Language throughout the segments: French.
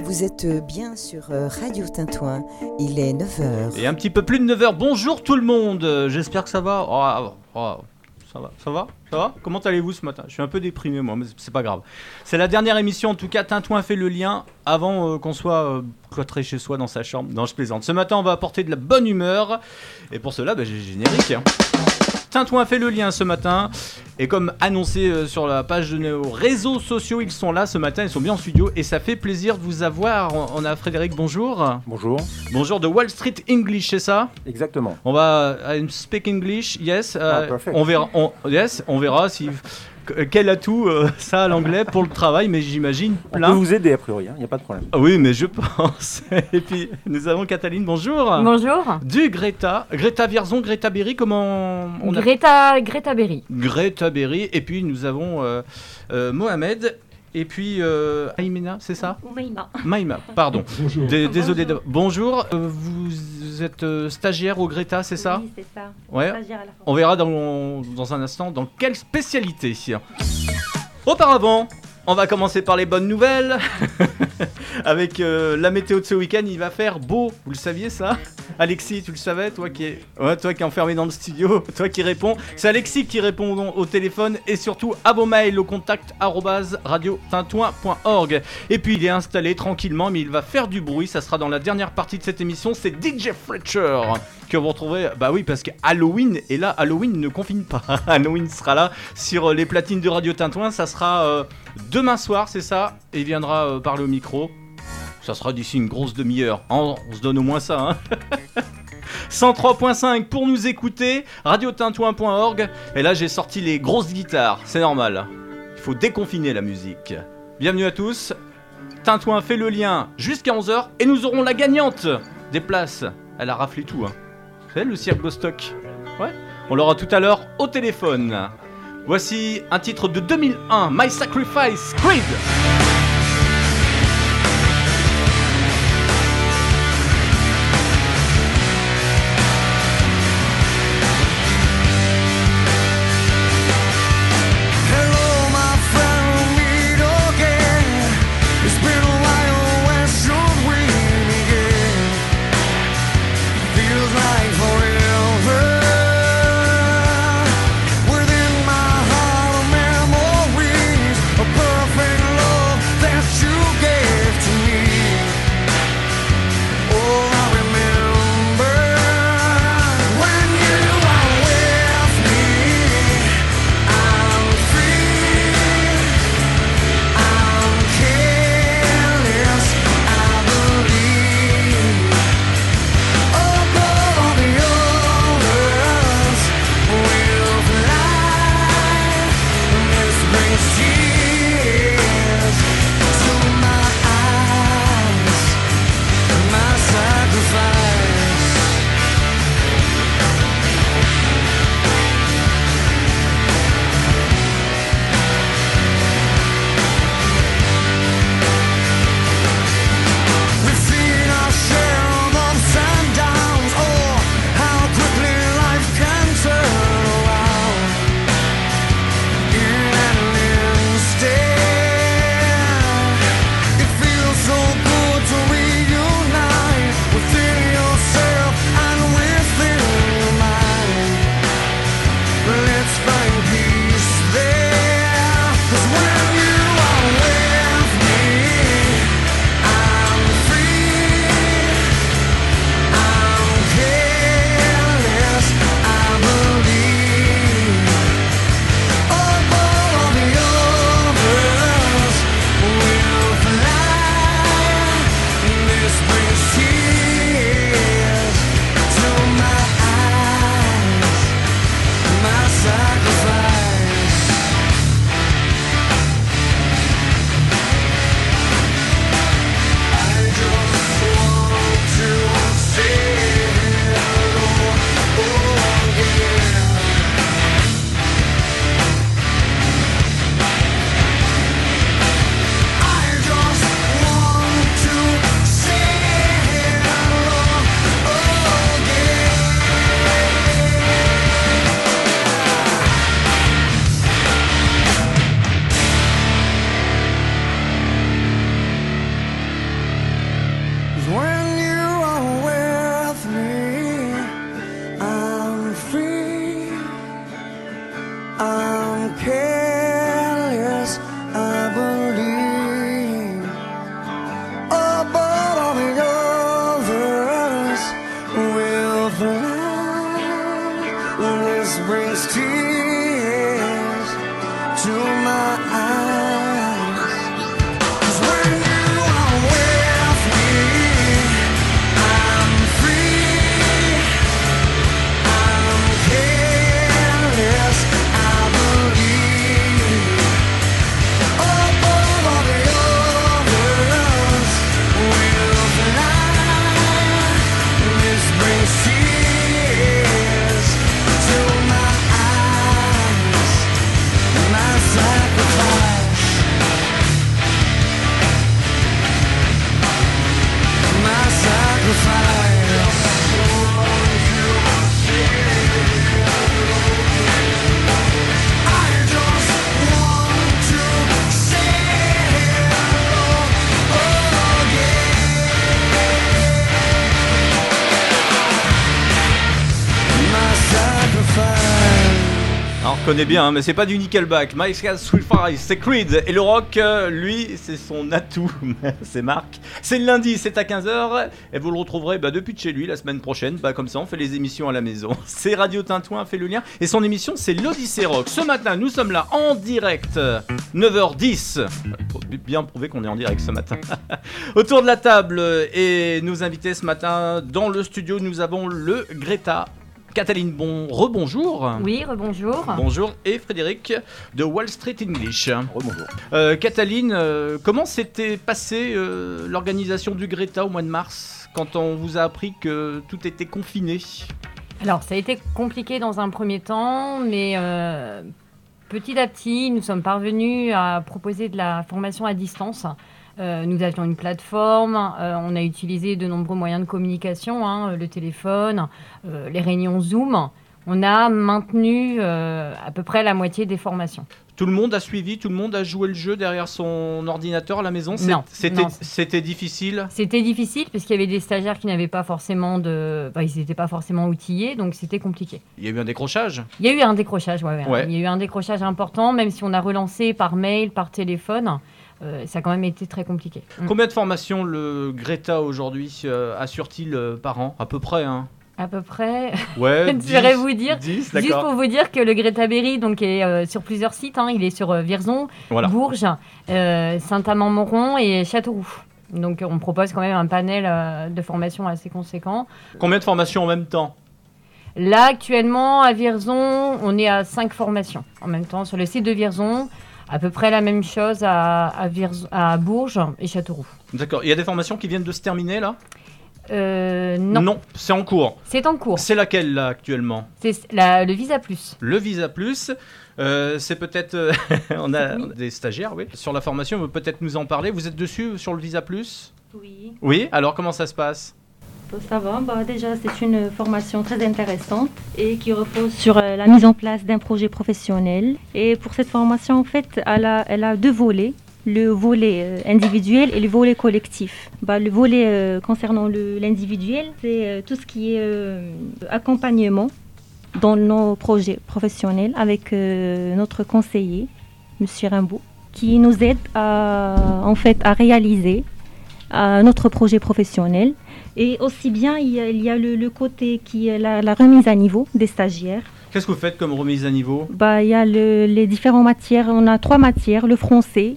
Vous êtes bien sur Radio Tintouin, il est 9h. Et un petit peu plus de 9h, bonjour tout le monde, j'espère que ça va. Ça va. Comment allez-vous ce matin ? Je suis un peu déprimé moi, mais c'est pas grave. C'est la dernière émission, en tout cas Tintouin fait le lien avant qu'on soit cloîtré chez soi dans sa chambre. Non, je plaisante. Ce matin on va apporter de la bonne humeur, et pour cela j'ai le générique. Tintouin fait le lien ce matin, et comme annoncé sur la page de nos réseaux sociaux, ils sont là ce matin, ils sont bien en studio, et ça fait plaisir de vous avoir. On a Frédéric, bonjour. Bonjour. Bonjour de Wall Street English, c'est ça ? Exactement. On va speak English, yes. Perfect. On verra si quel atout ça a l'anglais pour le travail, mais j'imagine plein. On peut vous aider a priori, il n'y a pas de problème. Oui, mais je pense. Et puis nous avons Cataline, bonjour. Bonjour. Du Greta Vierzon, Greta Berry, comment on a... Greta Berry. Greta Berry, et puis nous avons Mohamed. Et puis Aïmena, c'est ça ? Maïma, pardon. Bonjour. Désolé. Bonjour. Vous êtes stagiaire au Greta, c'est ça ? Oui, c'est ça. Ouais. Stagiaire à la fin. On verra dans un instant dans quelle spécialité. Auparavant, on va commencer par les bonnes nouvelles. Avec la météo de ce week-end, il va faire beau. Vous le saviez ça ? Alexis, tu le savais, toi qui es enfermé dans le studio, toi qui réponds. C'est Alexis qui répond au téléphone et surtout à vos mails au contact @radiotintouin.org. Et puis il est installé tranquillement, mais il va faire du bruit. Ça sera dans la dernière partie de cette émission. C'est DJ Fletcher que vous retrouverez. Bah oui, parce que Halloween est là. Halloween ne confine pas. Halloween sera là sur les platines de Radio Tintouin. Ça sera demain soir, c'est ça. Et il viendra parler au micro. Ça sera d'ici une grosse demi-heure. On se donne au moins ça, hein. 103.5 pour nous écouter, radiotintouin.org. Et là, j'ai sorti les grosses guitares. C'est normal. Il faut déconfiner la musique. Bienvenue à tous. Tintouin fait le lien jusqu'à 11h. Et nous aurons la gagnante des places. Elle a raflé tout, hein. Vous savez, le cirque Glostock. Ouais. On l'aura tout à l'heure au téléphone. Voici un titre de 2001, My Sacrifice, Creed. Within my heart of memories, a perfect love. connais bien, hein, mais c'est pas du Nickelback. My Sky Sweet Fire, c'est Creed. Et le rock, lui, c'est son atout. C'est Marc. C'est le lundi, c'est à 15h. Et vous le retrouverez depuis de chez lui la semaine prochaine. Comme ça, on fait les émissions à la maison. C'est Radio Tintouin, fait le lien. Et son émission, c'est l'Odyssée Rock. Ce matin, nous sommes là en direct, 9h10. Bien prouvé qu'on est en direct ce matin. Autour de la table et nos invités ce matin dans le studio, nous avons le Greta. Cataline, rebonjour. Oui, rebonjour. Bonjour. Et Frédéric de Wall Street English. Rebonjour. Cataline, comment s'était passée l'organisation du Greta au mois de mars, quand on vous a appris que tout était confiné ? Alors, ça a été compliqué dans un premier temps, mais petit à petit, nous sommes parvenus à proposer de la formation à distance. Nous avions une plateforme, on a utilisé de nombreux moyens de communication, le téléphone, les réunions Zoom. On a maintenu à peu près la moitié des formations. Tout le monde a suivi, tout le monde a joué le jeu derrière son ordinateur à la maison. C'était difficile. C'était difficile parce qu'il y avait des stagiaires qui n'avaient pas forcément ils n'étaient pas forcément outillés, donc c'était compliqué. Il y a eu un décrochage. Il y a eu un décrochage, ouais. Il y a eu un décrochage important, même si on a relancé par mail, par téléphone. Ça a quand même été très compliqué. Combien de formations le Greta aujourd'hui assure-t-il par an, à peu près À peu près. Ouais, je vais vous dire. 10, juste pour vous dire que le Greta Berry donc, est sur plusieurs sites. Il est sur Vierzon, Bourges, Saint-Amand-Montrond et Châteauroux. Donc on propose quand même un panel de formations assez conséquent. Combien de formations en même temps ? Là, actuellement, à Vierzon, on est à 5 formations en même temps sur le site de Vierzon. À peu près la même chose à Bourges et Châteauroux. D'accord. Il y a des formations qui viennent de se terminer, là ? Non. Non, c'est en cours. C'est en cours. C'est laquelle, là, actuellement ? C'est le Visa Plus. Le Visa Plus, c'est peut-être... on a des stagiaires, oui, sur la formation. Vous pouvez peut-être nous en parler. Vous êtes dessus, sur le Visa Plus ? Oui. Oui, alors comment ça se passe ? Ça va, déjà c'est une formation très intéressante et qui repose sur la mise en place d'un projet professionnel. Et pour cette formation, en fait, elle a 2 volets, le volet individuel et le volet collectif. Le volet concernant l'individuel, c'est tout ce qui est accompagnement dans nos projets professionnels avec notre conseiller, M. Rimbaud, qui nous aide à réaliser notre projet professionnel. Et aussi bien, il y a le côté qui est la remise à niveau des stagiaires. Qu'est-ce que vous faites comme remise à niveau ? Il y a les différentes matières. On a 3 matières, le français,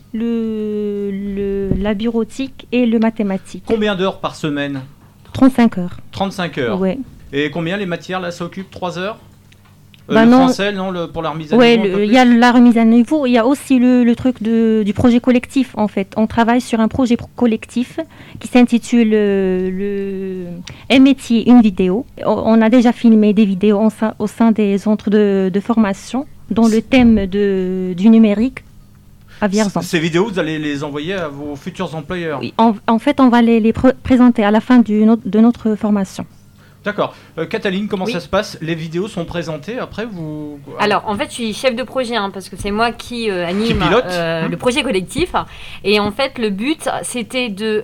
la bureautique et le mathématique. Combien d'heures par semaine ? 35 heures. 35 heures. Oui. Et combien les matières, là, ça occupe 3 heures ? Non. Français, non, pour la remise à niveau. Oui, il y a la remise à niveau. Il y a aussi le truc du projet collectif, en fait. On travaille sur un projet collectif qui s'intitule Un métier, une vidéo. On a déjà filmé des vidéos au sein des centres de formation dans le thème du numérique à Vierzon. Ces vidéos, vous allez les envoyer à vos futurs employeurs ? Oui, en fait, on va les présenter à la fin de notre formation. D'accord. Cataline, comment ça se passe ? Les vidéos sont présentées après vous... Alors, en fait, je suis chef de projet, parce que c'est moi qui anime le projet collectif. Et en fait, le but, c'était de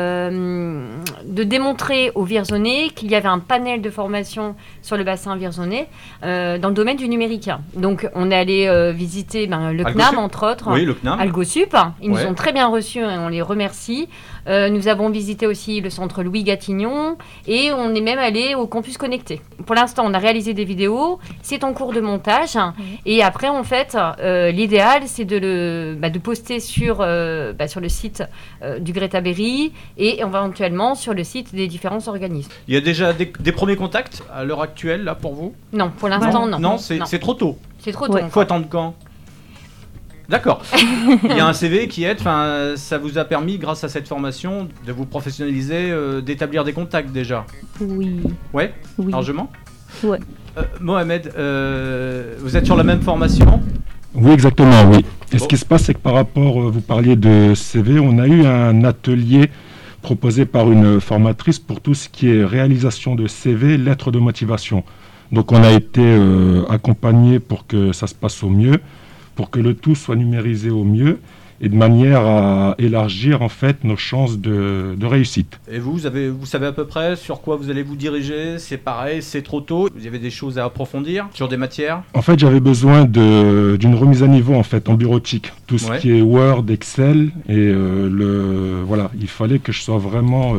démontrer aux Vierzonais qu'il y avait un panel de formation sur le bassin vierzonais dans le domaine du numérique. Donc, on est allé visiter le CNAM, entre autres. Oui, le CNAM. Algosup. Ils nous ont très bien reçus et on les remercie. Nous avons visité aussi le centre Louis Gatignon et on est même allé au campus connecté. Pour l'instant, on a réalisé des vidéos, c'est en cours de montage et après, en fait, l'idéal, c'est de poster sur le site du Greta Berry et éventuellement sur le site des différents organismes. Il y a déjà des premiers contacts à l'heure actuelle, là, pour vous ? Non, pour l'instant, non. Non, c'est trop tôt. C'est trop tôt. Il faut attendre quand ? D'accord. Il y a un CV qui aide, ça vous a permis, grâce à cette formation, de vous professionnaliser, d'établir des contacts déjà. Oui. Ouais. Oui. Largement. Ouais. Mohamed, vous êtes sur la même formation ? Oui, exactement, oui. Et ce qui se passe, c'est que par rapport, vous parliez de CV, on a eu un atelier proposé par une formatrice pour tout ce qui est réalisation de CV, lettres de motivation. Donc on a été accompagné pour que ça se passe au mieux, pour que le tout soit numérisé au mieux et de manière à élargir en fait nos chances de réussite. Et vous savez à peu près sur quoi vous allez vous diriger? C'est pareil, c'est trop tôt? Vous avez des choses à approfondir sur des matières? En fait, j'avais besoin d'une remise à niveau en fait en bureautique, tout ce qui est Word, Excel et voilà, il fallait que je sois vraiment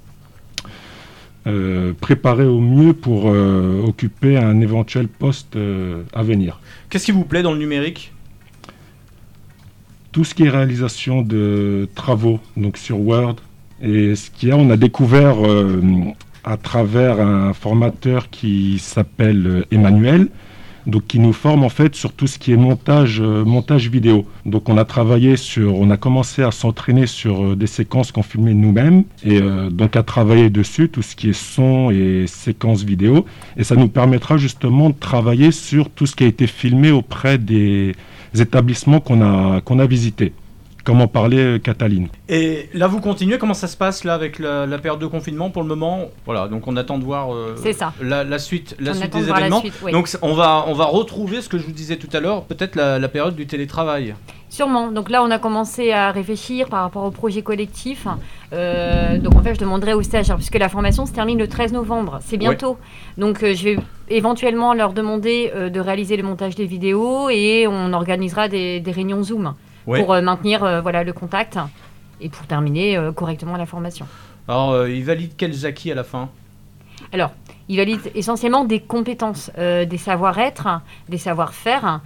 préparé au mieux pour occuper un éventuel poste à venir. Qu'est-ce qui vous plaît dans le numérique? Tout ce qui est réalisation de travaux, donc sur Word. Et on a découvert à travers un formateur qui s'appelle Emmanuel, donc qui nous forme en fait sur tout ce qui est montage vidéo. Donc on a commencé à s'entraîner sur des séquences qu'on filmait nous-mêmes et donc à travailler dessus tout ce qui est son et séquences vidéo. Et ça nous permettra justement de travailler sur tout ce qui a été filmé auprès des établissements qu'on a visités, comme en parlait Cataline. Et là, vous continuez, comment ça se passe là avec la période de confinement pour le moment? Voilà, donc on attend de voir la suite des événements. Oui. Donc on va retrouver ce que je vous disais tout à l'heure, peut-être la période du télétravail. Sûrement. Donc là, on a commencé à réfléchir par rapport au projet collectif. Donc en fait, je demanderai aux stagiaires, puisque la formation se termine le 13 novembre. C'est bientôt. Donc je vais éventuellement leur demander de réaliser le montage des vidéos et on organisera des réunions Zoom pour maintenir le contact et pour terminer correctement la formation. Alors, ils valident quels acquis à la fin? Alors, ils valident essentiellement des compétences, des savoir-être, des savoir-faire,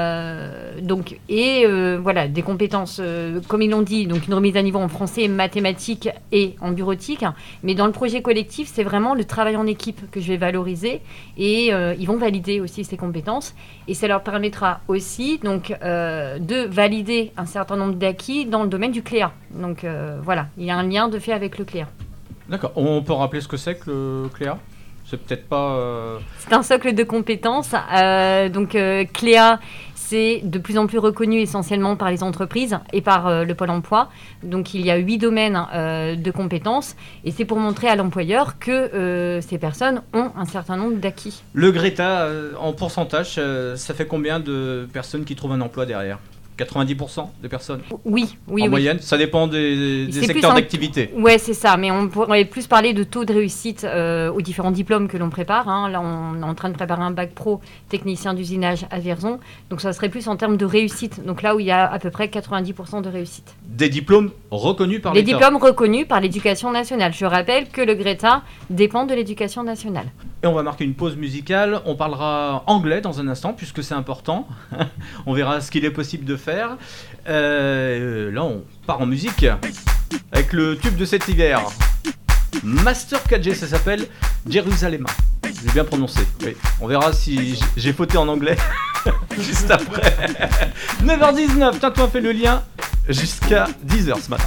des compétences, comme ils l'ont dit, donc une remise à niveau en français, mathématiques et en bureautique. Mais dans le projet collectif, c'est vraiment le travail en équipe que je vais valoriser et ils vont valider aussi ces compétences. Et ça leur permettra aussi donc, de valider un certain nombre d'acquis dans le domaine du CLEA. Donc il y a un lien de fait avec le CLEA. D'accord. On peut rappeler ce que c'est que le CLEA? C'est peut-être pas... C'est un socle de compétences. CLEA, c'est de plus en plus reconnu essentiellement par les entreprises et par le Pôle emploi. Donc, il y a 8 domaines de compétences. Et c'est pour montrer à l'employeur que ces personnes ont un certain nombre d'acquis. Le Greta, en pourcentage, ça fait combien de personnes qui trouvent un emploi derrière? 90% des personnes? Oui. En moyenne, ça dépend des secteurs d'activité. Oui, c'est ça, mais on pourrait plus parler de taux de réussite aux différents diplômes que l'on prépare. Là, on est en train de préparer un bac pro technicien d'usinage à Vierzon, donc ça serait plus en termes de réussite. Donc là où il y a à peu près 90% de réussite. Des diplômes reconnus par l'État? Des diplômes reconnus par l'Éducation nationale. Je rappelle que le Greta dépend de l'Éducation nationale. Et on va marquer une pause musicale. On parlera anglais dans un instant, puisque c'est important. On verra ce qu'il est possible de faire. Là, on part en musique avec le tube de cet hiver. Master 4G, ça s'appelle Jérusalem. J'ai bien prononcé. Oui. On verra si j'ai fauté en anglais juste après. 9h19, Tintouin fait le lien jusqu'à 10h ce matin.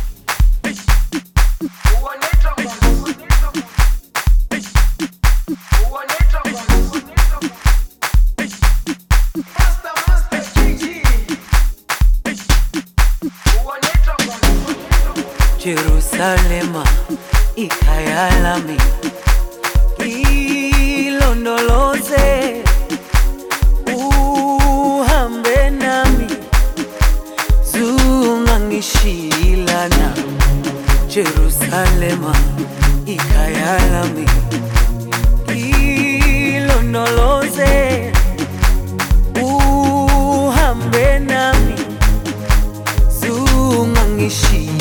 Jerusalema ikhaya lami ilondoloze uhambe nami zungangishilana Jerusalema ikhaya lami ilondoloze uhambe nami zungangishilana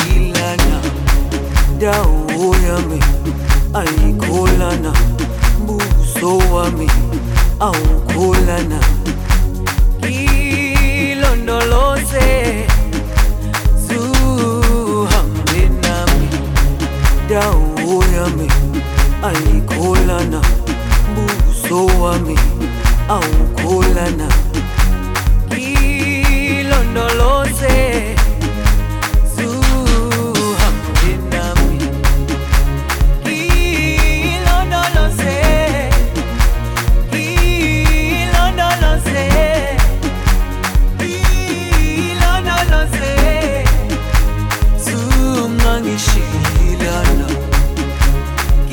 dawo yami ayikholana buso wami awukholana ilondoloze zuhambe nami dawo yami ayikholana buso wami awukholana ilondoloze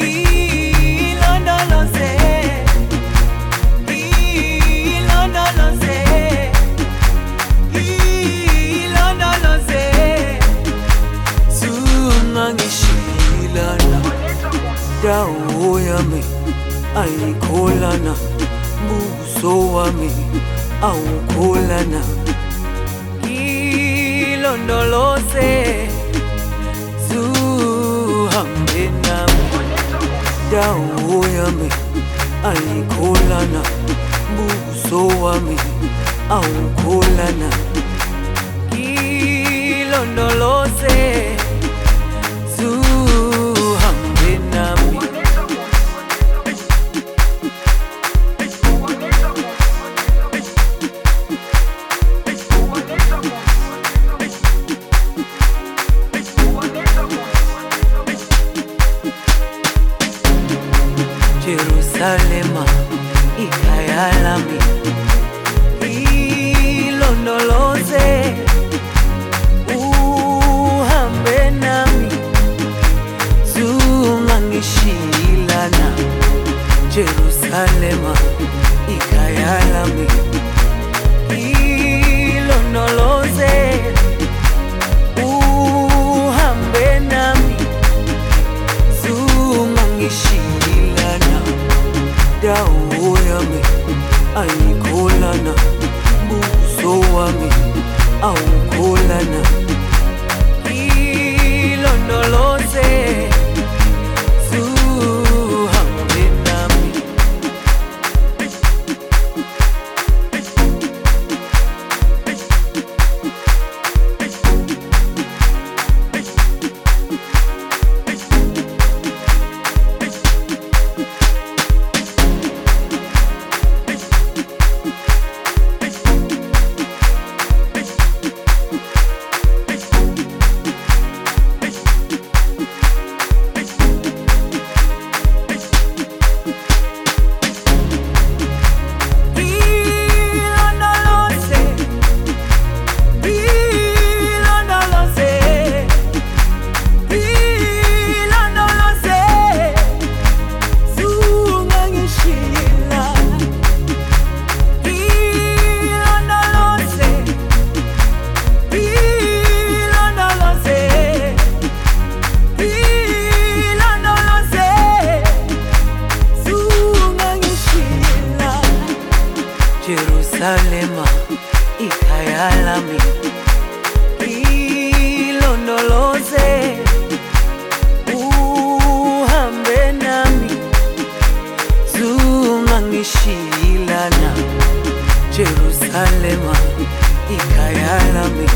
la Sungangishilana Dawo yami ayikholana Buso wami awukholana Ilondoloze Zuhambe nami Dawo yami ayikholana Buso wami awukholana Ilondoloze Zuhambe nami Jerusalema ikhaya lami ilondoloze uhambe nami zungangishilana Jerusalema ikhaya lami ilondoloze uhambe nami zungangishilana Dawo yami ayikholana Buso wami awukholana Ilondoloze Zuhambe nami Jerusalema ikhaya lami ilondoloze uhambe nami zungangishilana Jerusalema ikhaya lami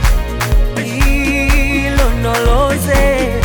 ilondoloze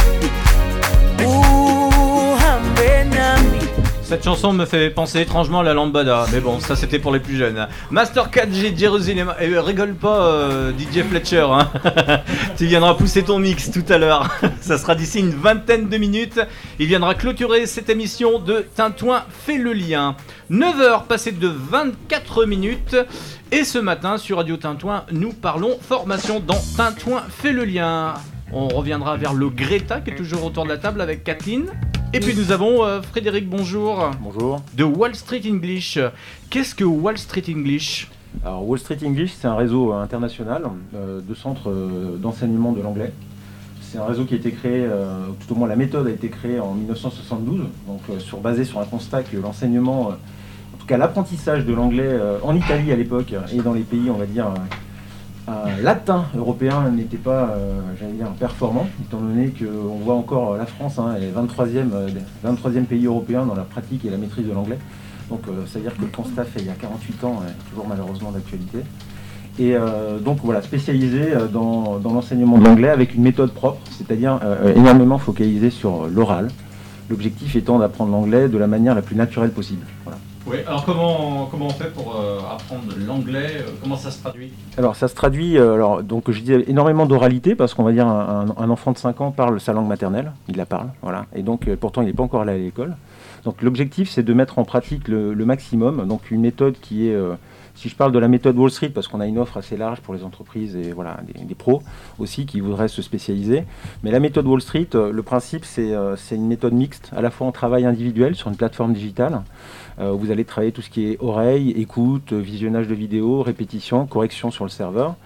uhambe nami. Cette chanson me fait penser étrangement à la lambada, mais bon, ça c'était pour les plus jeunes. Master 4G Jérusalem, et rigole pas DJ Fletcher, hein. Tu viendras pousser ton mix tout à l'heure, ça sera d'ici une vingtaine de minutes. Il viendra clôturer cette émission de Tintouin fait le lien. 9h passées de 24 minutes, et ce matin sur Radio Tintouin, nous parlons formation dans Tintouin fait le lien. On reviendra vers le Greta qui est toujours autour de la table avec Kathleen. Et puis nous avons Frédéric, bonjour. Bonjour. De Wall Street English. Qu'est-ce que Wall Street English ? Alors Wall Street English, c'est un réseau international de centres d'enseignement de l'anglais. C'est un réseau qui a été créé, tout au moins la méthode a été créée en 1972, donc basé sur un constat que l'enseignement, en tout cas l'apprentissage de l'anglais en Italie à l'époque et dans les pays, on va dire, latins européens n'était pas, performant, étant donné qu'on voit encore la France est 23e pays européen dans la pratique et la maîtrise de l'anglais. Donc c'est-à-dire que le constat fait il y a 48 ans est toujours malheureusement d'actualité. Et donc voilà, spécialisé dans l'enseignement de l'anglais avec une méthode propre, c'est-à-dire énormément focalisé sur l'oral. L'objectif étant d'apprendre l'anglais de la manière la plus naturelle possible. Voilà. Oui, alors comment on fait pour apprendre l'anglais ? Comment ça se traduit ? Alors ça se traduit, donc je disais énormément d'oralité parce qu'on va dire un enfant de 5 ans parle sa langue maternelle, il la parle, voilà. Et donc pourtant il n'est pas encore allé à l'école. Donc l'objectif c'est de mettre en pratique le maximum, donc une méthode qui est, si je parle de la méthode Wall Street parce qu'on a une offre assez large pour les entreprises et voilà, des pros aussi qui voudraient se spécialiser. Mais la méthode Wall Street, le principe c'est une méthode mixte, à la fois en travail individuel sur une plateforme digitale. Vous allez travailler tout ce qui est oreille, écoute, visionnage de vidéos, répétition, correction sur le serveur.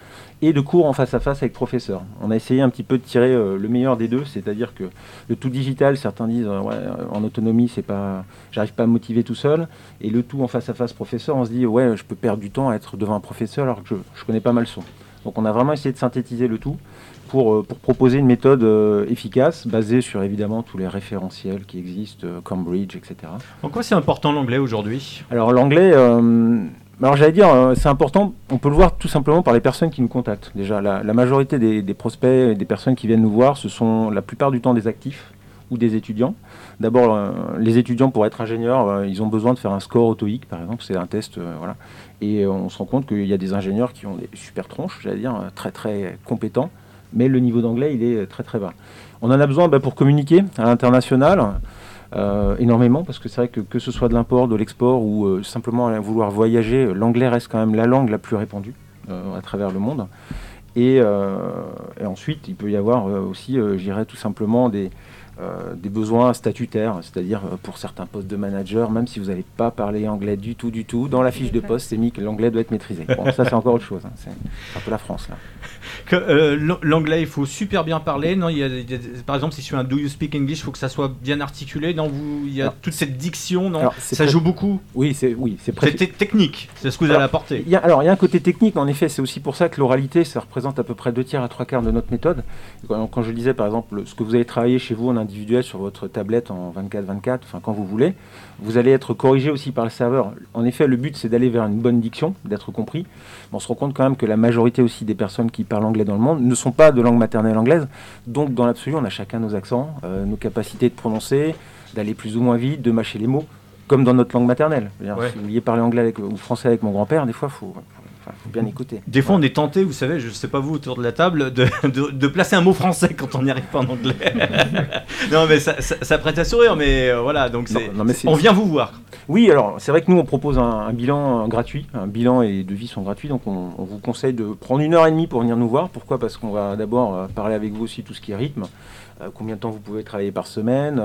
et de cours en face à face avec professeurs. On a essayé un petit peu de tirer le meilleur des deux, c'est-à-dire que le tout digital, certains disent en autonomie, j'arrive pas à me motiver tout seul, et le tout en face à face professeur, on se dit je peux perdre du temps à être devant un professeur alors que je connais pas mal son. Donc on a vraiment essayé de synthétiser le tout pour proposer une méthode efficace, basée sur évidemment tous les référentiels qui existent, Cambridge, etc. En quoi c'est important l'anglais aujourd'hui ? Alors l'anglais, alors j'allais dire, c'est important, on peut le voir tout simplement par les personnes qui nous contactent. Déjà, la majorité des prospects et des personnes qui viennent nous voir, ce sont la plupart du temps des actifs ou des étudiants. D'abord, les étudiants, pour être ingénieurs, ils ont besoin de faire un score au TOEIC, par exemple, c'est un test, voilà. Et on se rend compte qu'il y a des ingénieurs qui ont des super tronches, j'allais dire, très très compétents, mais le niveau d'anglais, il est très très bas. On en a besoin pour communiquer à l'international, énormément, parce que c'est vrai que ce soit de l'import, de l'export ou simplement à vouloir voyager, l'anglais reste quand même la langue la plus répandue à travers le monde. Et ensuite, il peut y avoir aussi, je dirais tout simplement, des besoins statutaires, c'est-à-dire pour certains postes de manager, même si vous n'allez pas parler anglais du tout, dans la fiche de poste, c'est mis que l'anglais doit être maîtrisé. Bon, ça c'est encore autre chose, hein. C'est un peu la France là. L'anglais, il faut super bien parler. Non, par exemple, si je fais un Do you speak English, il faut que ça soit bien articulé. Non, il y a toute cette diction, non, alors, ça joue beaucoup. Oui, c'est technique. C'est ce que vous allez apporter. Il y a un côté technique, en effet. C'est aussi pour ça que l'oralité, ça représente à peu près 2 tiers à 3 quarts de notre méthode. Quand je disais, par exemple, ce que vous allez travailler chez vous en individuel sur votre tablette en 24/24, enfin quand vous voulez, vous allez être corrigé aussi par le serveur. En effet, le but, c'est d'aller vers une bonne diction, d'être compris. On se rend compte quand même que la majorité aussi des personnes qui parlent anglais dans le monde ne sont pas de langue maternelle anglaise. Donc, dans l'absolu, on a chacun nos accents, nos capacités de prononcer, d'aller plus ou moins vite, de mâcher les mots, comme dans notre langue maternelle. Si vous vouliez parler anglais ou français avec mon grand-père, des fois, il faut bien écouter. Des fois, on est tenté, vous savez, je ne sais pas vous autour de la table, de placer un mot français quand on n'y arrive pas en anglais. Non, mais ça prête à sourire, mais voilà, donc on vient vous voir. Oui, alors c'est vrai que nous, on propose un bilan gratuit. Un bilan et devis sont gratuits, donc on vous conseille de prendre 1h30 pour venir nous voir. Pourquoi ? Parce qu'on va d'abord parler avec vous aussi tout ce qui est rythme. Combien de temps vous pouvez travailler par semaine,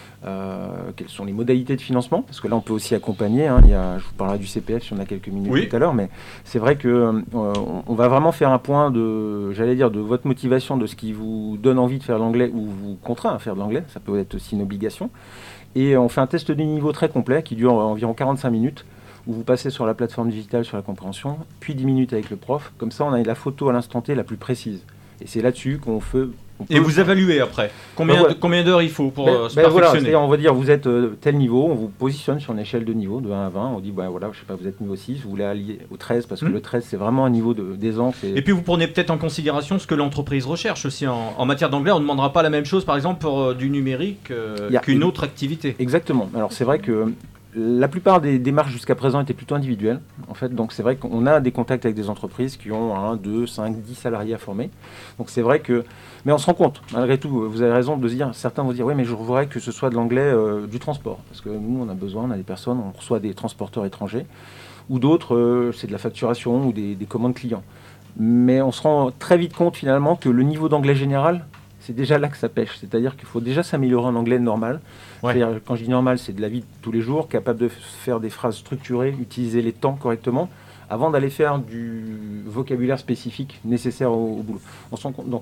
quelles sont les modalités de financement, parce que là on peut aussi accompagner, hein, je vous parlerai du CPF si on a quelques minutes tout à l'heure, mais c'est vrai qu'on va vraiment faire un point de votre motivation, de ce qui vous donne envie de faire l'anglais ou vous contraint à faire de l'anglais, ça peut être aussi une obligation, et on fait un test de niveau très complet qui dure environ 45 minutes, où vous passez sur la plateforme digitale sur la compréhension, puis 10 minutes avec le prof, comme ça on a la photo à l'instant T la plus précise, et c'est là-dessus qu'on fait... Et vous évaluez après combien d'heures il faut pour se perfectionner. Voilà, on va dire vous êtes tel niveau, on vous positionne sur une échelle de niveau de 1 à 20, on dit je sais pas, vous êtes niveau 6, vous voulez aller au 13 parce que le 13 c'est vraiment un niveau d'aisance. Et puis vous prenez peut-être en considération ce que l'entreprise recherche aussi en matière d'anglais, on ne demandera pas la même chose par exemple pour du numérique qu'une autre activité. Exactement, alors c'est vrai que la plupart des démarches jusqu'à présent étaient plutôt individuelles, en fait, donc c'est vrai qu'on a des contacts avec des entreprises qui ont 1, 2, 5, 10 salariés à former. Donc c'est vrai que... Mais on se rend compte, malgré tout, vous avez raison de se dire, certains vont dire, oui mais je voudrais que ce soit de l'anglais du transport, parce que nous on a des personnes, on reçoit des transporteurs étrangers, ou d'autres c'est de la facturation ou des commandes clients. Mais on se rend très vite compte finalement que le niveau d'anglais général, c'est déjà là que ça pêche, c'est-à-dire qu'il faut déjà s'améliorer en anglais normal. C'est-à-dire, quand je dis normal, c'est de la vie de tous les jours, capable de faire des phrases structurées, utiliser les temps correctement, avant d'aller faire du vocabulaire spécifique nécessaire au boulot. On se rend compte, dans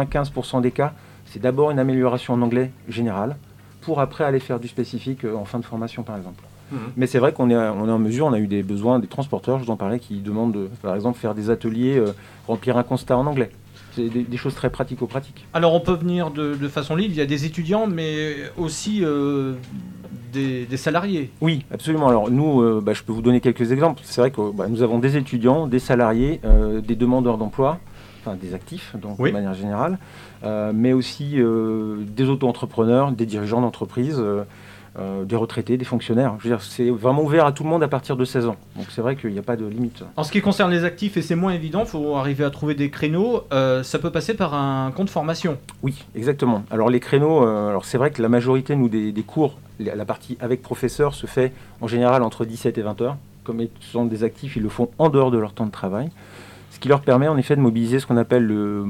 95% des cas, c'est d'abord une amélioration en anglais général, pour après aller faire du spécifique en fin de formation par exemple. Mais c'est vrai qu'on est en mesure, on a eu des besoins, des transporteurs, je vous en parlais, qui demandent de, par exemple, faire des ateliers, remplir un constat en anglais. C'est des choses très pratico-pratiques. Alors on peut venir de façon libre, il y a des étudiants, mais aussi des salariés. Oui, absolument. Alors nous, je peux vous donner quelques exemples. C'est vrai que nous avons des étudiants, des salariés, des demandeurs d'emploi, enfin des actifs, donc de manière générale, mais aussi des auto-entrepreneurs, des dirigeants d'entreprise, des retraités, des fonctionnaires. Je veux dire, c'est vraiment ouvert à tout le monde à partir de 16 ans. Donc c'est vrai qu'il n'y a pas de limite. En ce qui concerne les actifs, et c'est moins évident, il faut arriver à trouver des créneaux, ça peut passer par un compte formation. Oui, exactement. Alors les créneaux, c'est vrai que la majorité des cours, la partie avec professeur se fait en général entre 17 et 20 heures. Comme ils sont des actifs, ils le font en dehors de leur temps de travail. Ce qui leur permet en effet de mobiliser ce qu'on appelle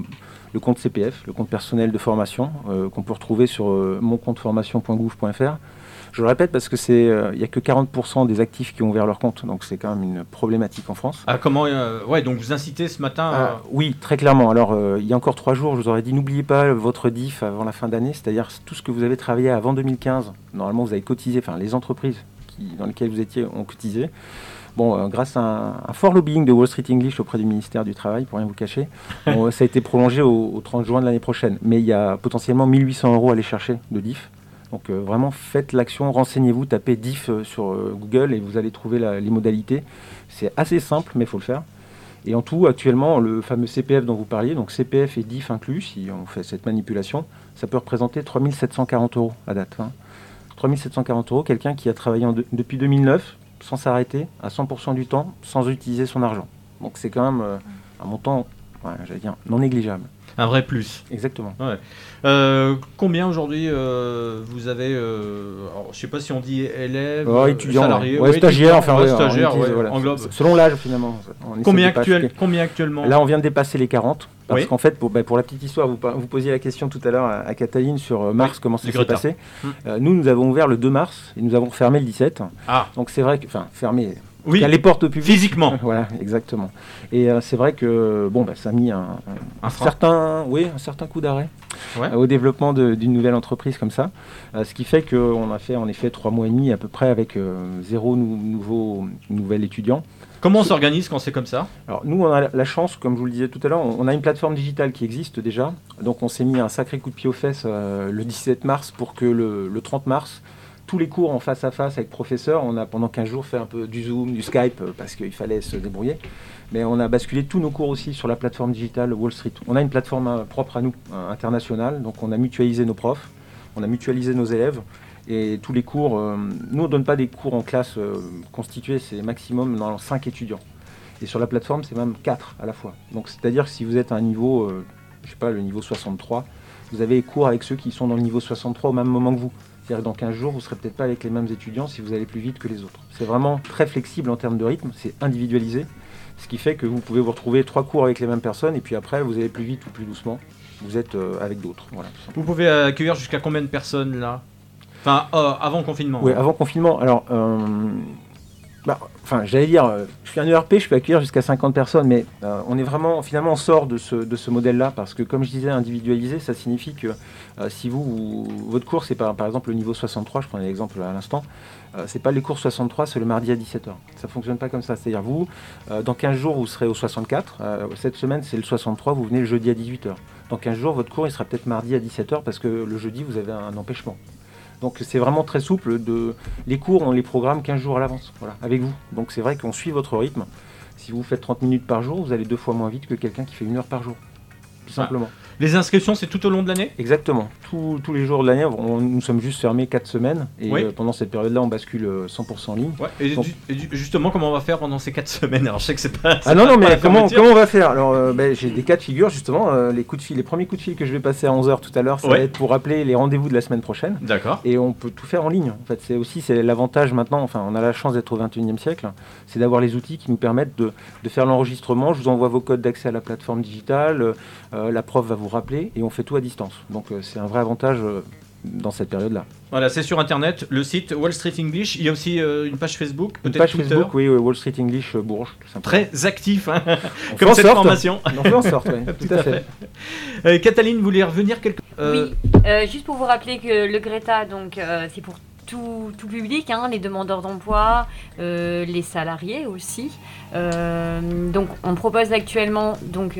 le compte CPF, le compte personnel de formation, qu'on peut retrouver sur moncompteformation.gouv.fr. Je le répète parce que il n'y a que 40% des actifs qui ont ouvert leur compte, donc c'est quand même une problématique en France. Ah, comment ouais, donc vous incitez ce matin Oui, très clairement. Alors, il y a encore 3 jours, je vous aurais dit, n'oubliez pas votre DIF avant la fin d'année, c'est-à-dire tout ce que vous avez travaillé avant 2015. Normalement, vous avez cotisé, enfin, les entreprises dans lesquelles vous étiez ont cotisé. Bon, grâce à un fort lobbying de Wall Street English auprès du ministère du Travail, pour rien vous cacher, ça a été prolongé au 30 juin de l'année prochaine. Mais il y a potentiellement 1 800 € à aller chercher de DIF. Donc vraiment, faites l'action, renseignez-vous, tapez DIF sur Google et vous allez trouver les modalités. C'est assez simple, mais il faut le faire. Et en tout, actuellement, le fameux CPF dont vous parliez, donc CPF et DIF inclus, si on fait cette manipulation, ça peut représenter 3 740 € à date. 3 740 €, quelqu'un qui a travaillé depuis 2009, sans s'arrêter, à 100% du temps, sans utiliser son argent. Donc c'est quand même un montant, j'allais dire, non négligeable. Un vrai plus. Exactement. Ouais. Combien aujourd'hui vous avez alors, je ne sais pas si on dit élèves, étudiants, salariés, stagiaires, stagiaires, englobe. Selon l'âge finalement. Combien actuellement? Là, on vient de dépasser les 40. Parce qu'en fait, pour la petite histoire, vous posiez la question tout à l'heure à Cataline sur mars, comment ça s'est passé. Nous avons ouvert le 2 mars et nous avons fermé le 17. Donc c'est vrai que, fermé. Oui, les portes au public. Physiquement. Voilà, exactement. Et c'est vrai que ça a mis un certain coup d'arrêt au développement d'une nouvelle entreprise comme ça. Ce qui fait qu'on a fait en effet 3 mois et demi à peu près avec 0 nouvel étudiant. Comment on s'organise quand c'est comme ça? Alors nous, on a la chance, comme je vous le disais tout à l'heure, on a une plateforme digitale qui existe déjà. Donc on s'est mis un sacré coup de pied aux fesses le 17 mars pour que le 30 mars, tous les cours en face à face avec professeurs, on a pendant 15 jours fait un peu du Zoom, du Skype, parce qu'il fallait se débrouiller. Mais on a basculé tous nos cours aussi sur la plateforme digitale Wall Street. On a une plateforme propre à nous, internationale, donc on a mutualisé nos profs, on a mutualisé nos élèves. Et tous les cours, nous on ne donne pas des cours en classe constitués, c'est maximum dans 5 étudiants. Et sur la plateforme, c'est même 4 à la fois. Donc c'est-à-dire que si vous êtes à un niveau, le niveau 63, vous avez cours avec ceux qui sont dans le niveau 63 au même moment que vous. C'est-à-dire que dans 15 jours, vous ne serez peut-être pas avec les mêmes étudiants si vous allez plus vite que les autres. C'est vraiment très flexible en termes de rythme, c'est individualisé, ce qui fait que vous pouvez vous retrouver 3 cours avec les mêmes personnes et puis après, vous allez plus vite ou plus doucement, vous êtes avec d'autres. Voilà, vous pouvez accueillir jusqu'à combien de personnes là? Enfin, avant confinement. Oui, avant confinement. Alors, j'allais dire, je suis un ERP, je peux accueillir jusqu'à 50 personnes, mais on est vraiment, finalement, on sort de ce modèle-là, parce que, comme je disais, individualisé, ça signifie que si votre cours, c'est par exemple le niveau 63, je prenais l'exemple à l'instant, c'est pas les cours 63, c'est le mardi à 17h. Ça fonctionne pas comme ça. C'est-à-dire, vous, dans 15 jours, vous serez au 64. Cette semaine, c'est le 63, vous venez le jeudi à 18h. Dans 15 jours, votre cours, il sera peut-être mardi à 17h, parce que le jeudi, vous avez un empêchement. Donc c'est vraiment très souple. Les cours, on les programme 15 jours à l'avance, avec vous. Donc c'est vrai qu'on suit votre rythme. Si vous faites 30 minutes par jour, vous allez 2 fois moins vite que quelqu'un qui fait 1 heure par jour. Tout simplement. Les inscriptions, c'est tout au long de l'année? Exactement. Tous les jours de l'année, nous sommes juste fermés 4 semaines. Et pendant cette période-là, on bascule 100% en ligne. Ouais. Et justement, comment on va faire pendant ces 4 semaines? Alors je sais que c'est pas... mais comment on va faire? Alors j'ai des cas de figure, justement. Les premiers coups de fil que je vais passer à 11h tout à l'heure, ça va être pour rappeler les rendez-vous de la semaine prochaine. D'accord. Et on peut tout faire en ligne. En fait, c'est l'avantage maintenant, on a la chance d'être au 21e siècle, c'est d'avoir les outils qui nous permettent de faire l'enregistrement. Je vous envoie vos codes d'accès à la plateforme digitale, la prof va vous rappeler et on fait tout à distance. Donc c'est un vrai avantage dans cette période-là. Voilà, c'est sur Internet, le site Wall Street English. Il y a aussi une page Facebook, peut-être page Twitter. Facebook, oui, Wall Street English Bourges, tout simplement. Très actif, comme cette formation. On fait en sorte, oui, tout à fait. Cataline, vous voulez revenir Oui, juste pour vous rappeler que le Greta, donc, c'est pour tout public, les demandeurs d'emploi, les salariés aussi. Donc on propose actuellement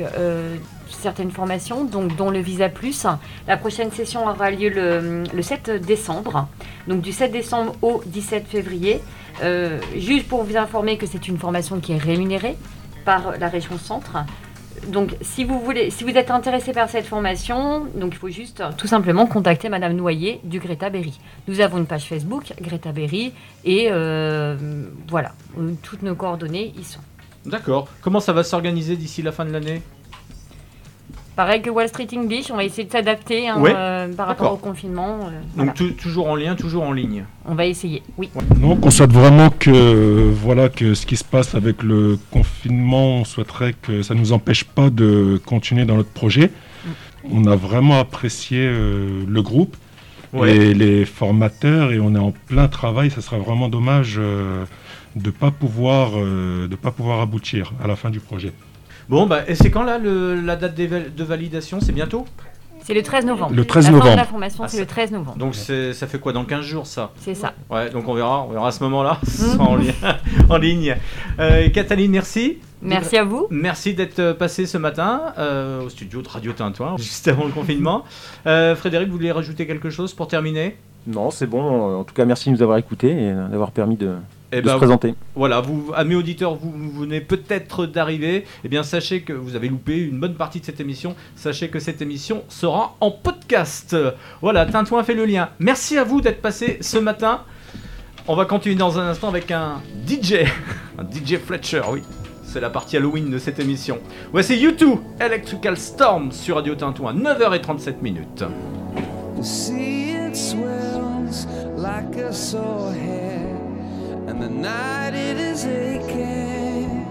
certaines formations, dont le Visa Plus. La prochaine session aura lieu le 7 décembre, donc du 7 décembre au 17 février. Juste pour vous informer que c'est une formation qui est rémunérée par la région Centre. Donc, si vous êtes intéressé par cette formation, donc il faut juste tout simplement contacter Madame Noyer du Greta Berry. Nous avons une page Facebook, Greta Berry, et voilà, toutes nos coordonnées y sont. D'accord. Comment ça va s'organiser d'ici la fin de l'année? Pareil que Wall Street English, on va essayer de s'adapter par rapport au confinement. Donc toujours en lien, toujours en ligne. On va essayer, oui. Non, on souhaite vraiment que ce qui se passe avec le confinement, on souhaiterait que ça ne nous empêche pas de continuer dans notre projet. On a vraiment apprécié le groupe et les formateurs et on est en plein travail. Ça serait vraiment dommage de ne pas pouvoir aboutir à la fin du projet. Bon, et c'est quand là la date de validation? C'est bientôt? C'est le 13 novembre. Le 13 la novembre. fin de la formation, c'est le 13 novembre. Donc ça fait quoi, dans 15 jours ça? C'est ça. Ouais, donc on verra à ce moment-là, en ligne. Cataline, merci. Merci à vous. Merci d'être passé ce matin au studio de Radio Tintouin, juste avant le confinement. Frédéric, vous voulez rajouter quelque chose pour terminer? Non, c'est bon. En tout cas, merci de nous avoir écoutés et d'avoir permis de se présenter. Voilà, vous, amis auditeurs, vous venez peut-être d'arriver. Eh bien, sachez que vous avez loupé une bonne partie de cette émission. Sachez que cette émission sera en podcast. Voilà, Tintouin fait le lien. Merci à vous d'être passé ce matin. On va continuer dans un instant avec un DJ. Un DJ Fletcher, oui. C'est la partie Halloween de cette émission. Voici U2, Electrical Storm sur Radio Tintouin, 9h37. The sea it swells like a sore head, and the night it is aching.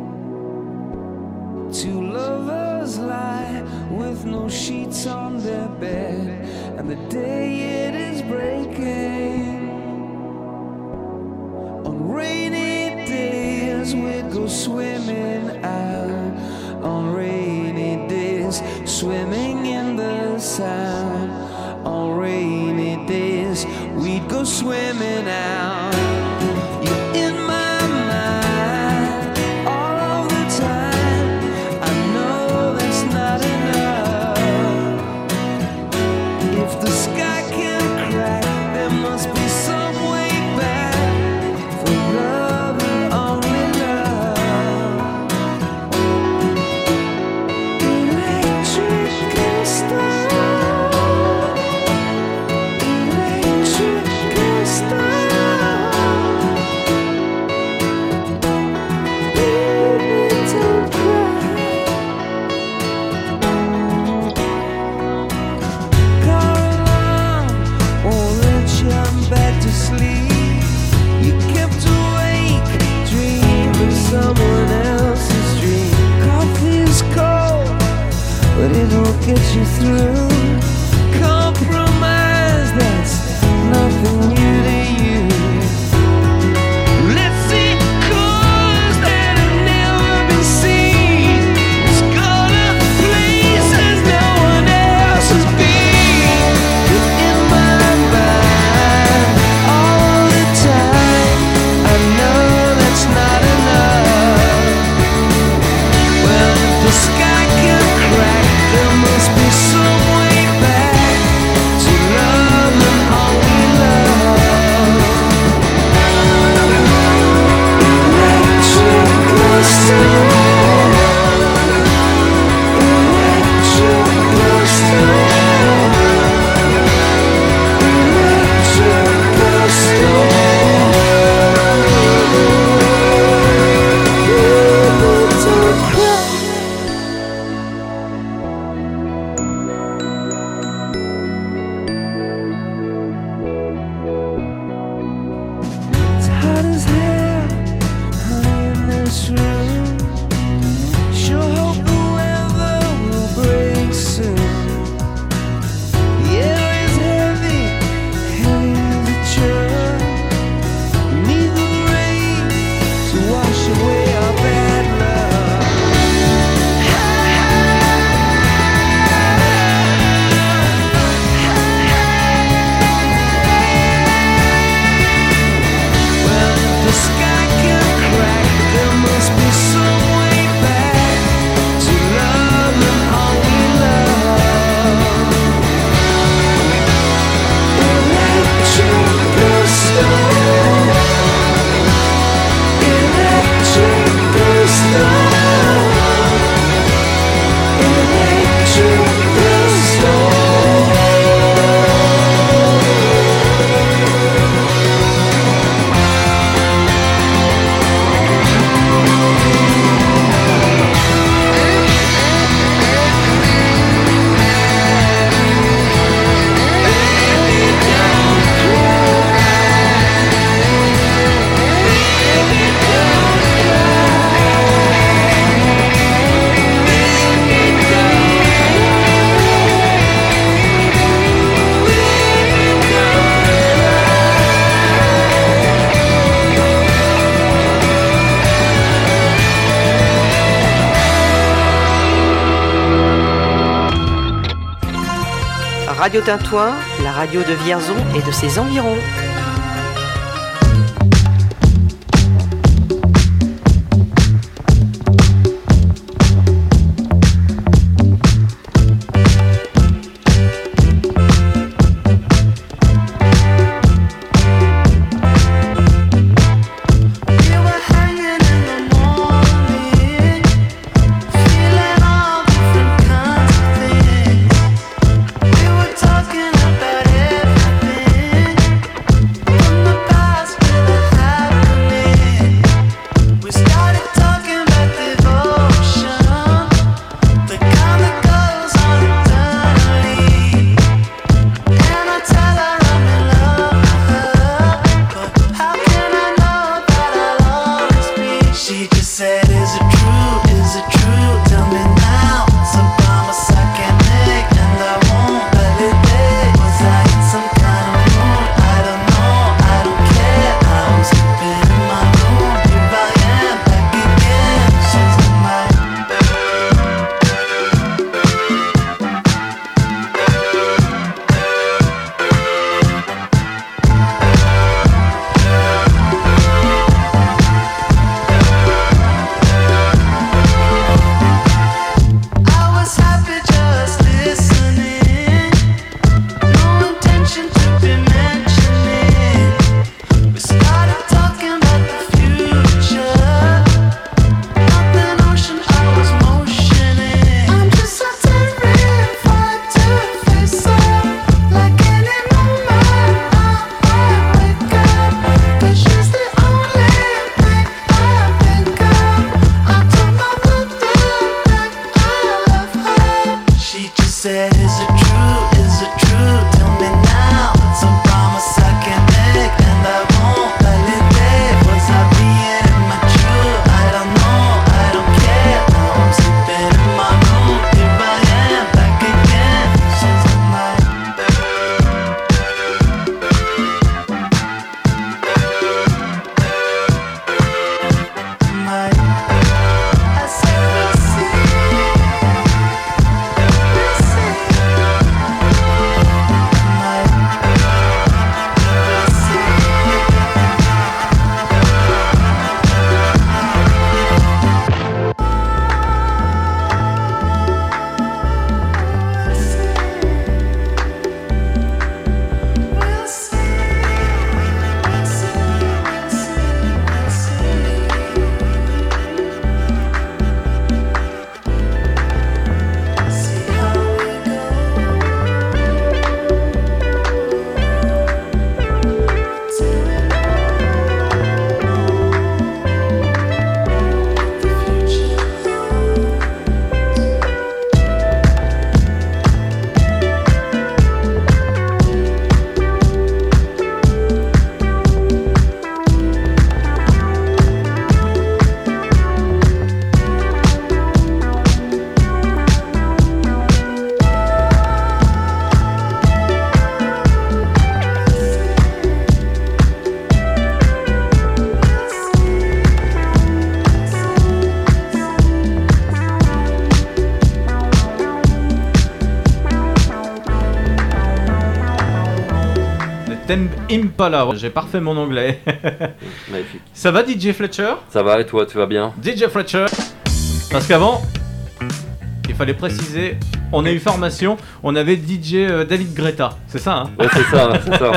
Two lovers lie with no sheets on their bed, and the day it is breaking. On rainy days we'd go swimming out, on rainy days swimming in the Sound. On rainy days, we'd go swimming out. You're in my mind all of the time. I know that's not enough. If the sky can crack, there must be some way back for love and only love. Electrical storm. Electrical storm. Radio Tintouin, la radio de Vierzon et de ses environs. Thème Impala, j'ai parfait mon anglais. Magnifique. Ça va DJ Fletcher? Ça va et toi, tu vas bien? DJ Fletcher. Parce qu'avant, il fallait préciser, on a eu formation, on avait DJ David Greta, c'est ça hein? Ouais c'est ça, c'est ça.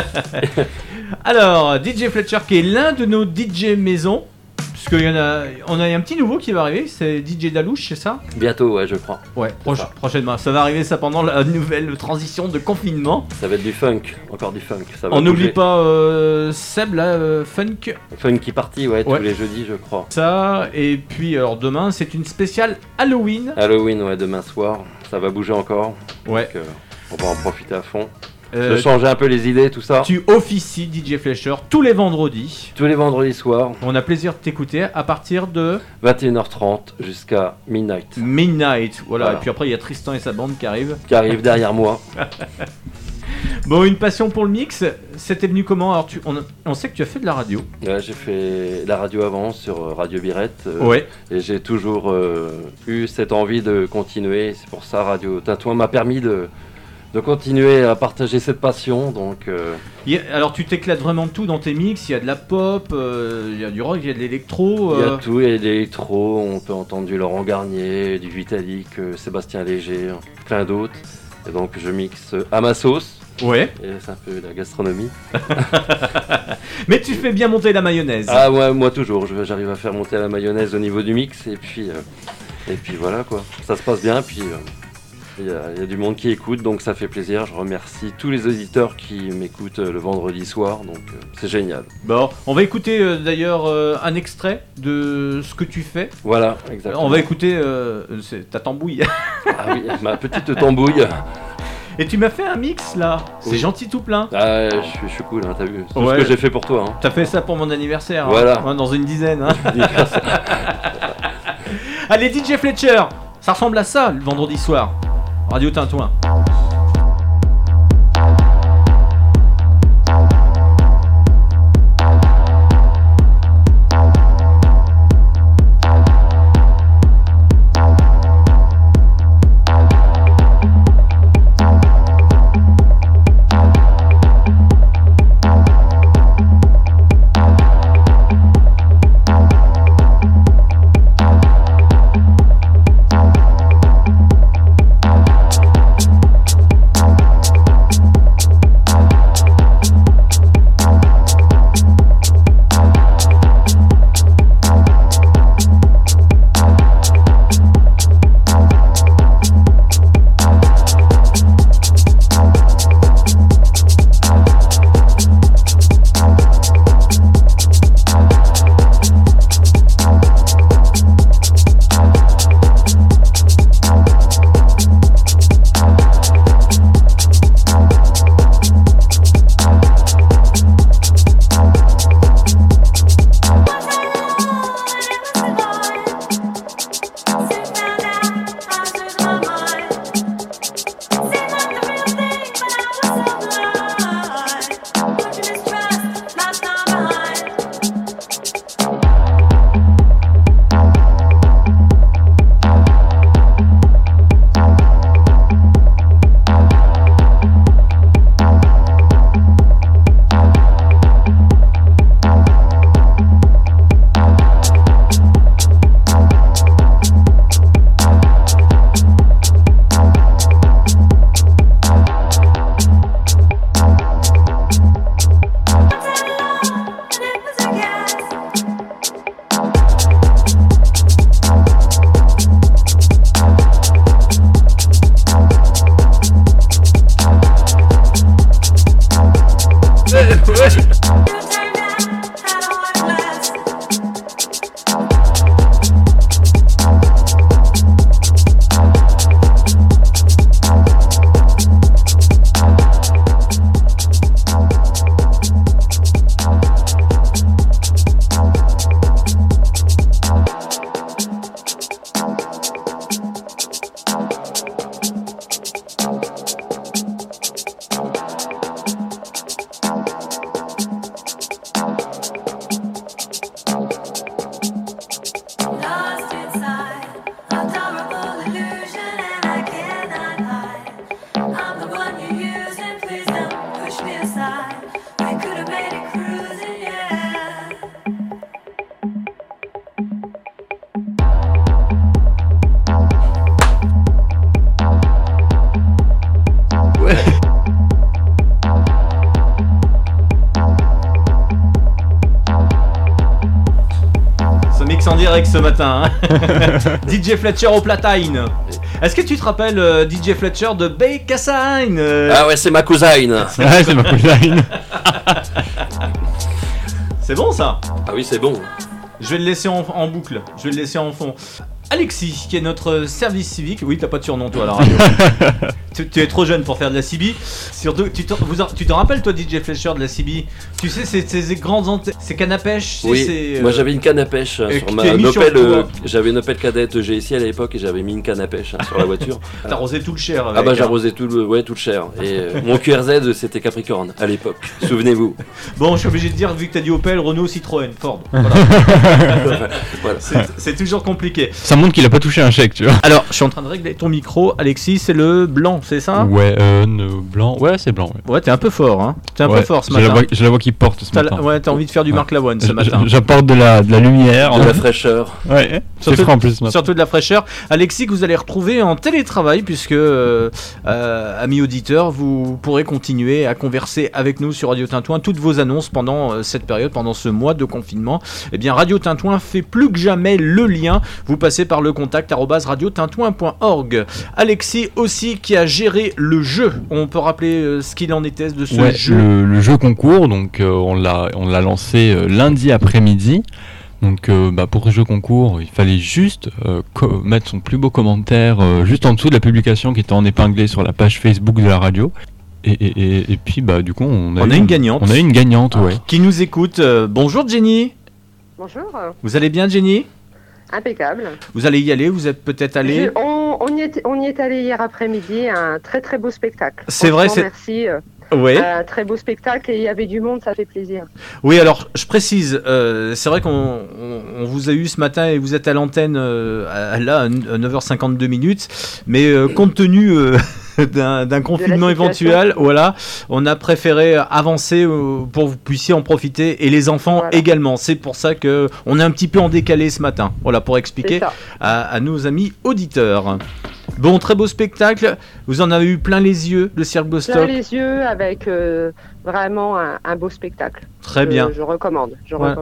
Alors, DJ Fletcher qui est l'un de nos DJ maison, puisqu'il y en a, on a un petit nouveau qui va arriver, c'est DJ Dalouche, c'est ça? Bientôt, ouais, je crois. Ouais, prochainement. Ça va arriver ça pendant la nouvelle transition de confinement. Ça va être du funk, encore du funk. Ça va on n'oublie bouger. pas Seb là, funk. Funky Party, ouais, tous les jeudis, je crois. Ça, et puis alors demain, c'est une spéciale Halloween. Halloween, ouais, demain soir. Ça va bouger encore. Ouais. Donc, on va en profiter à fond. De changer un peu les idées, tout ça. Tu officies DJ Fletcher tous les vendredis. Tous les vendredis soirs. On a plaisir de t'écouter à partir de 21h30 jusqu'à midnight. Midnight, voilà. Et puis après, il y a Tristan et sa bande qui arrivent. Qui arrivent derrière moi. Bon, une passion pour le mix, c'était venu comment? Alors, on sait que tu as fait de la radio. Ouais, j'ai fait la radio avant sur Radio Birette. Ouais. Et j'ai toujours eu cette envie de continuer. C'est pour ça Radio Tintouin m'a permis de de continuer à partager cette passion. Donc, alors tu t'éclates vraiment de tout dans tes mix, il y a de la pop, il y a du rock, il y a de l'électro. Il y a tout, il y a de l'électro, on peut entendre du Laurent Garnier, du Vitalik, Sébastien Léger, plein d'autres. Et donc je mixe à ma sauce. Ouais. Et c'est un peu la gastronomie. Mais tu fais bien monter la mayonnaise. Ah ouais, moi toujours, j'arrive à faire monter la mayonnaise au niveau du mix et puis voilà quoi. Ça se passe bien, puis il y a du monde qui écoute, donc ça fait plaisir. Je remercie tous les auditeurs qui m'écoutent le vendredi soir, donc c'est génial. Bon, on va écouter d'ailleurs un extrait de ce que tu fais. Voilà, exactement. On va écouter ta tambouille. Ah oui, ma petite tambouille. Et tu m'as fait un mix là, c'est gentil tout plein. Ah, je suis cool, hein, t'as vu, c'est tout ce que j'ai fait pour toi. Hein. T'as fait ça pour mon anniversaire, voilà. Hein, dans une dizaine. Hein. Allez, DJ Fletcher, ça ressemble à ça le vendredi soir. Radio Tintouin. direct ce matin. Hein. DJ Fletcher au platine. Est-ce que tu te rappelles DJ Fletcher de Beikassein? Ah ouais, c'est ma cousine. Ouais, c'est ma cousine. C'est bon ça? Ah oui, c'est bon. Je vais le laisser en boucle, je vais le laisser en fond. Alexis, qui est notre service civique. Oui, t'as pas de surnom toi à la radio. tu es trop jeune pour faire de la CB. Surtout, tu te rappelles toi DJ Fletcher de la CB? Tu sais, ces grandes antennes, ces cannes à pêche. Oui, moi j'avais une canne à pêche sur ma Opel. J'avais une Opel Kadett GSI à l'époque et j'avais mis une canne à pêche sur la voiture. T'as arrosé tout le Cher avec, ah bah j'ai arrosé tout le Cher. Et mon QRZ c'était Capricorne à l'époque, souvenez-vous. Bon, je suis obligé de dire, vu que t'as dit Opel, Renault, Citroën, Ford. Voilà. Voilà. C'est toujours compliqué. Ça montre qu'il a pas touché un chèque, tu vois. Alors, je suis en train de régler ton micro, Alexis, c'est le blanc, c'est ça? Ouais, blanc. Ouais, c'est blanc. Ouais, t'es un peu fort, hein. T'es un peu fort ce matin. J'ai la voix qui porte ce matin. Ouais, t'as envie de faire du Marc Lavoine ce matin. J'apporte de la lumière. De la fraîcheur. Ouais, c'est frais en plus. Surtout de la fraîcheur. Alexis, que vous allez retrouver en télétravail, puisque, amis auditeurs, vous pourrez continuer à converser avec nous sur Radio Tintouin. Toutes vos annonces pendant cette période, pendant ce mois de confinement. Eh bien, Radio Tintouin fait plus que jamais le lien. Vous passez par le contact @radiotintouin.org. Alexis aussi qui a géré le jeu. On peut rappeler ce qu'il en était de ce jeu. Le jeu concours, donc on l'a lancé lundi après-midi. Donc pour ce jeu concours, il fallait juste mettre son plus beau commentaire juste en dessous de la publication qui était en épinglé sur la page Facebook de la radio. Et puis du coup on a une gagnante. On a une gagnante, ouais. Qui nous écoute. Bonjour Jenny. Bonjour. Vous allez bien Jenny? Impeccable. Vous allez y aller, vous êtes peut-être allé? On y est allé hier après-midi, un très très beau spectacle. C'est vrai, merci. Oui. Un très beau spectacle et il y avait du monde, ça fait plaisir. Oui, alors je précise, c'est vrai qu'on vous a eu ce matin et vous êtes à l'antenne à 9h52 minutes, mais compte tenu d'un confinement éventuel, voilà, on a préféré avancer pour que vous puissiez en profiter et les enfants également. C'est pour ça que on est un petit peu en décalé ce matin. Voilà, pour expliquer à nos amis auditeurs. Bon, très beau spectacle. Vous en avez eu plein les yeux, le Cirque Bostock. Plein les yeux avec vraiment un beau spectacle. Très bien. Je recommande.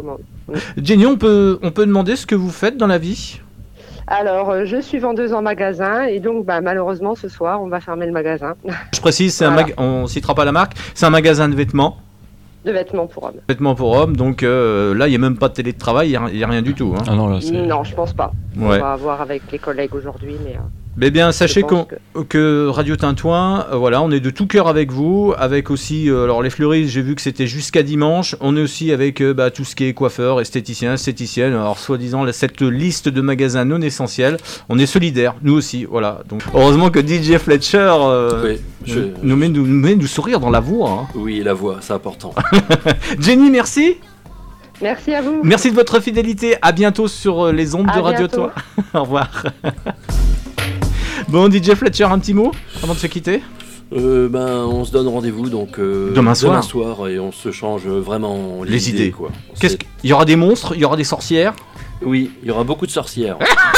Jenny, on peut demander ce que vous faites dans la vie? Alors, je suis vendeuse en magasin et donc malheureusement ce soir on va fermer le magasin. Je précise, on citera pas la marque, c'est un magasin de vêtements. De vêtements pour hommes. Vêtements pour hommes, donc là il n'y a même pas de télétravail, il n'y a rien du tout. Hein. Ah non, là, non, je pense pas. Ouais. On va voir avec les collègues aujourd'hui, Mais bien, sachez que Radio Tintouin, voilà, on est de tout cœur avec vous, avec aussi, alors les fleuristes, j'ai vu que c'était jusqu'à dimanche, on est aussi avec tout ce qui est coiffeur, esthéticien, esthéticienne, alors soi-disant cette liste de magasins non essentiels, on est solidaires, nous aussi, voilà. Donc heureusement que DJ Fletcher nous met du sourire dans la voix. Hein. Oui, la voix, c'est important. Jenny, merci. Merci à vous. Merci de votre fidélité, à bientôt sur les ondes de Radio Tintouin. Au revoir. Bon, DJ Fletcher, un petit mot avant de se quitter? On se donne rendez-vous donc demain soir et on se change vraiment les idées. Quoi. Il y aura des monstres, il y aura des sorcières? Oui, il y aura beaucoup de sorcières.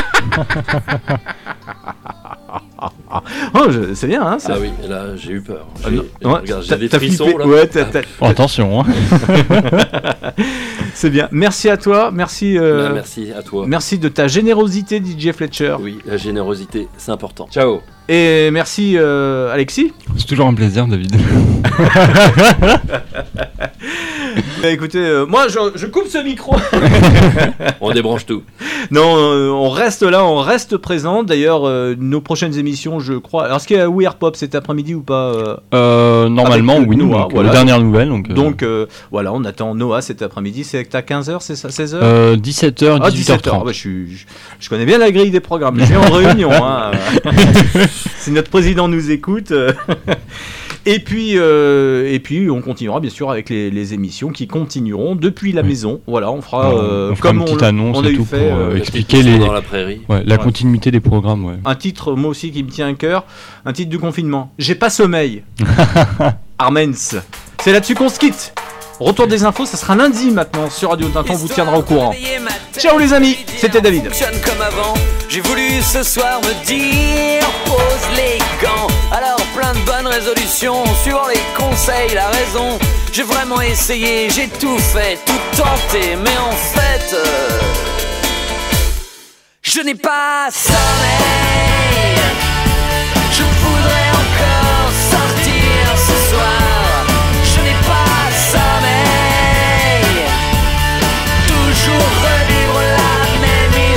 C'est bien, hein ça. Ah oui, là j'ai eu peur. Regarde, j'ai des frissons là. Ouais, attention. Hein. C'est bien. Merci à toi. Merci. Merci à toi. Merci de ta générosité, DJ Fletcher. Oui, la générosité, c'est important. Ciao. Et merci Alexis. C'est toujours un plaisir, David. Écoutez, moi je coupe ce micro. On débranche tout. Non, on reste là, on reste présent. D'ailleurs, nos prochaines émissions, je crois. Alors, est-ce qu'il y a Weird Pop cet après-midi ou pas? Normalement, oui. Noah, voilà. Les dernières nouvelles. Donc voilà, on attend Noah cet après-midi. C'est à 15h, c'est ça, 16h 17h, 18h30. Je connais bien la grille des programmes. Je suis en réunion. Hein. Si notre président nous écoute. Et puis, on continuera bien sûr avec les émissions qui continueront depuis la maison. Voilà, on fera comme une petite annonce on a et eu tout fait pour expliquer dans la prairie. La continuité des programmes. Ouais. Un titre, moi aussi, qui me tient à cœur, un titre du confinement. J'ai pas sommeil. Armens. C'est là-dessus qu'on se quitte. Retour des infos, ça sera lundi maintenant sur Radio Tintouin, on vous tiendra au courant. Ciao les amis, c'était David. Comme avant, j'ai voulu ce soir me dire pose les gants. Alors plein de bonnes résolutions, suivant les conseils, la raison. J'ai vraiment essayé, j'ai tout fait, tout tenté, mais en fait, je n'ai pas sommeil. Je voudrais encore sortir ce soir. Je n'ai pas sommeil. Toujours revivre la même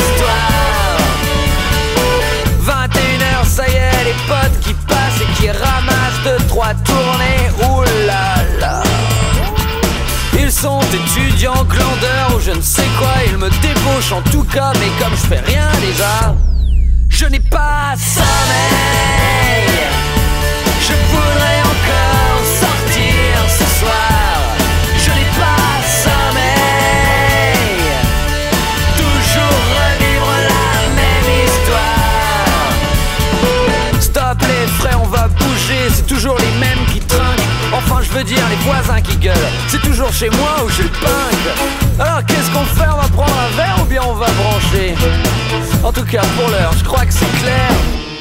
histoire. 21h, ça y est, les potes qui passent et qui ramassent 2-3 tournées. Ouh là là. Ils sont étudiants, glandeurs ou je ne sais quoi. Ils me débauchent en tout cas, mais comme je fais rien déjà, je n'ai pas sommeil. Je voudrais encore sortir ce soir. Je n'ai pas sommeil. Toujours revivre la même histoire. Stop les frères, on va bouger. c'est toujours les mêmes qui trinquent. Enfin je veux dire les voisins qui gueulent. C'est toujours chez moi ou chez le punk. Alors qu'est-ce qu'on fait? On va prendre un verre ou bien on va brancher? En tout cas pour l'heure je crois que c'est clair.